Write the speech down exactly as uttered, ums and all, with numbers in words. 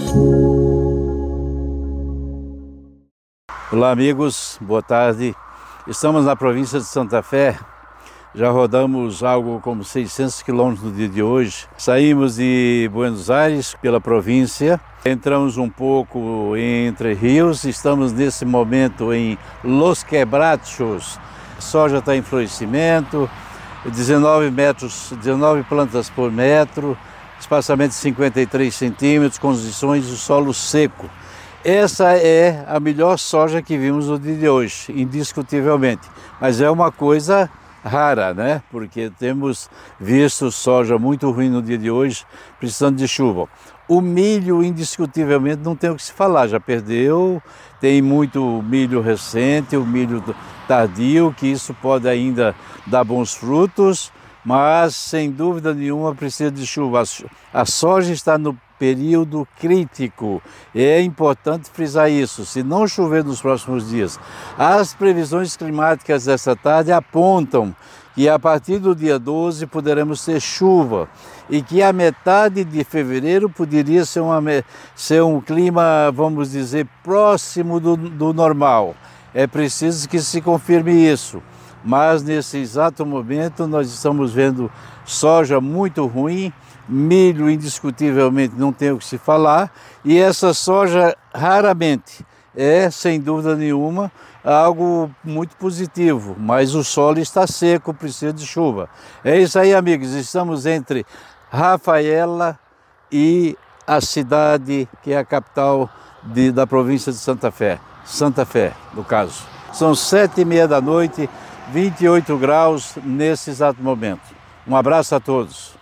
Olá amigos, boa tarde. Estamos na província de Santa Fé. Já rodamos algo como seiscentos quilômetros no dia de hoje. Saímos de Buenos Aires pela província, entramos um pouco em Entre Rios, estamos nesse momento em Los Quebrachos. A soja está em florescimento, dezenove metros, dezenove plantas por metro, espaçamento de cinquenta e três centímetros, condições de solo seco. Essa é a melhor soja que vimos no dia de hoje, indiscutivelmente, mas é uma coisa rara, né? Porque temos visto soja muito ruim no dia de hoje, precisando de chuva. O milho, indiscutivelmente, não tem o que se falar, já perdeu, tem muito milho recente, o milho tardio, que isso pode ainda dar bons frutos, mas sem dúvida nenhuma precisa de chuva. A soja está no período crítico, é importante frisar isso. Se não chover nos próximos dias, as previsões climáticas dessa tarde apontam que a partir do dia doze poderemos ter chuva e que a metade de fevereiro poderia ser, uma, ser um clima, vamos dizer, próximo do, do normal. É preciso que se confirme isso, mas nesse exato momento nós estamos vendo soja muito ruim, milho indiscutivelmente não tem o que se falar, e essa soja raramente é, sem dúvida nenhuma, algo muito positivo, mas o solo está seco, precisa de chuva. É isso aí, amigos, estamos entre Rafaela e a cidade que é a capital de, da província de Santa Fé, Santa Fé, no caso. São sete e meia da noite, vinte e oito graus nesse exato momento. Um abraço a todos.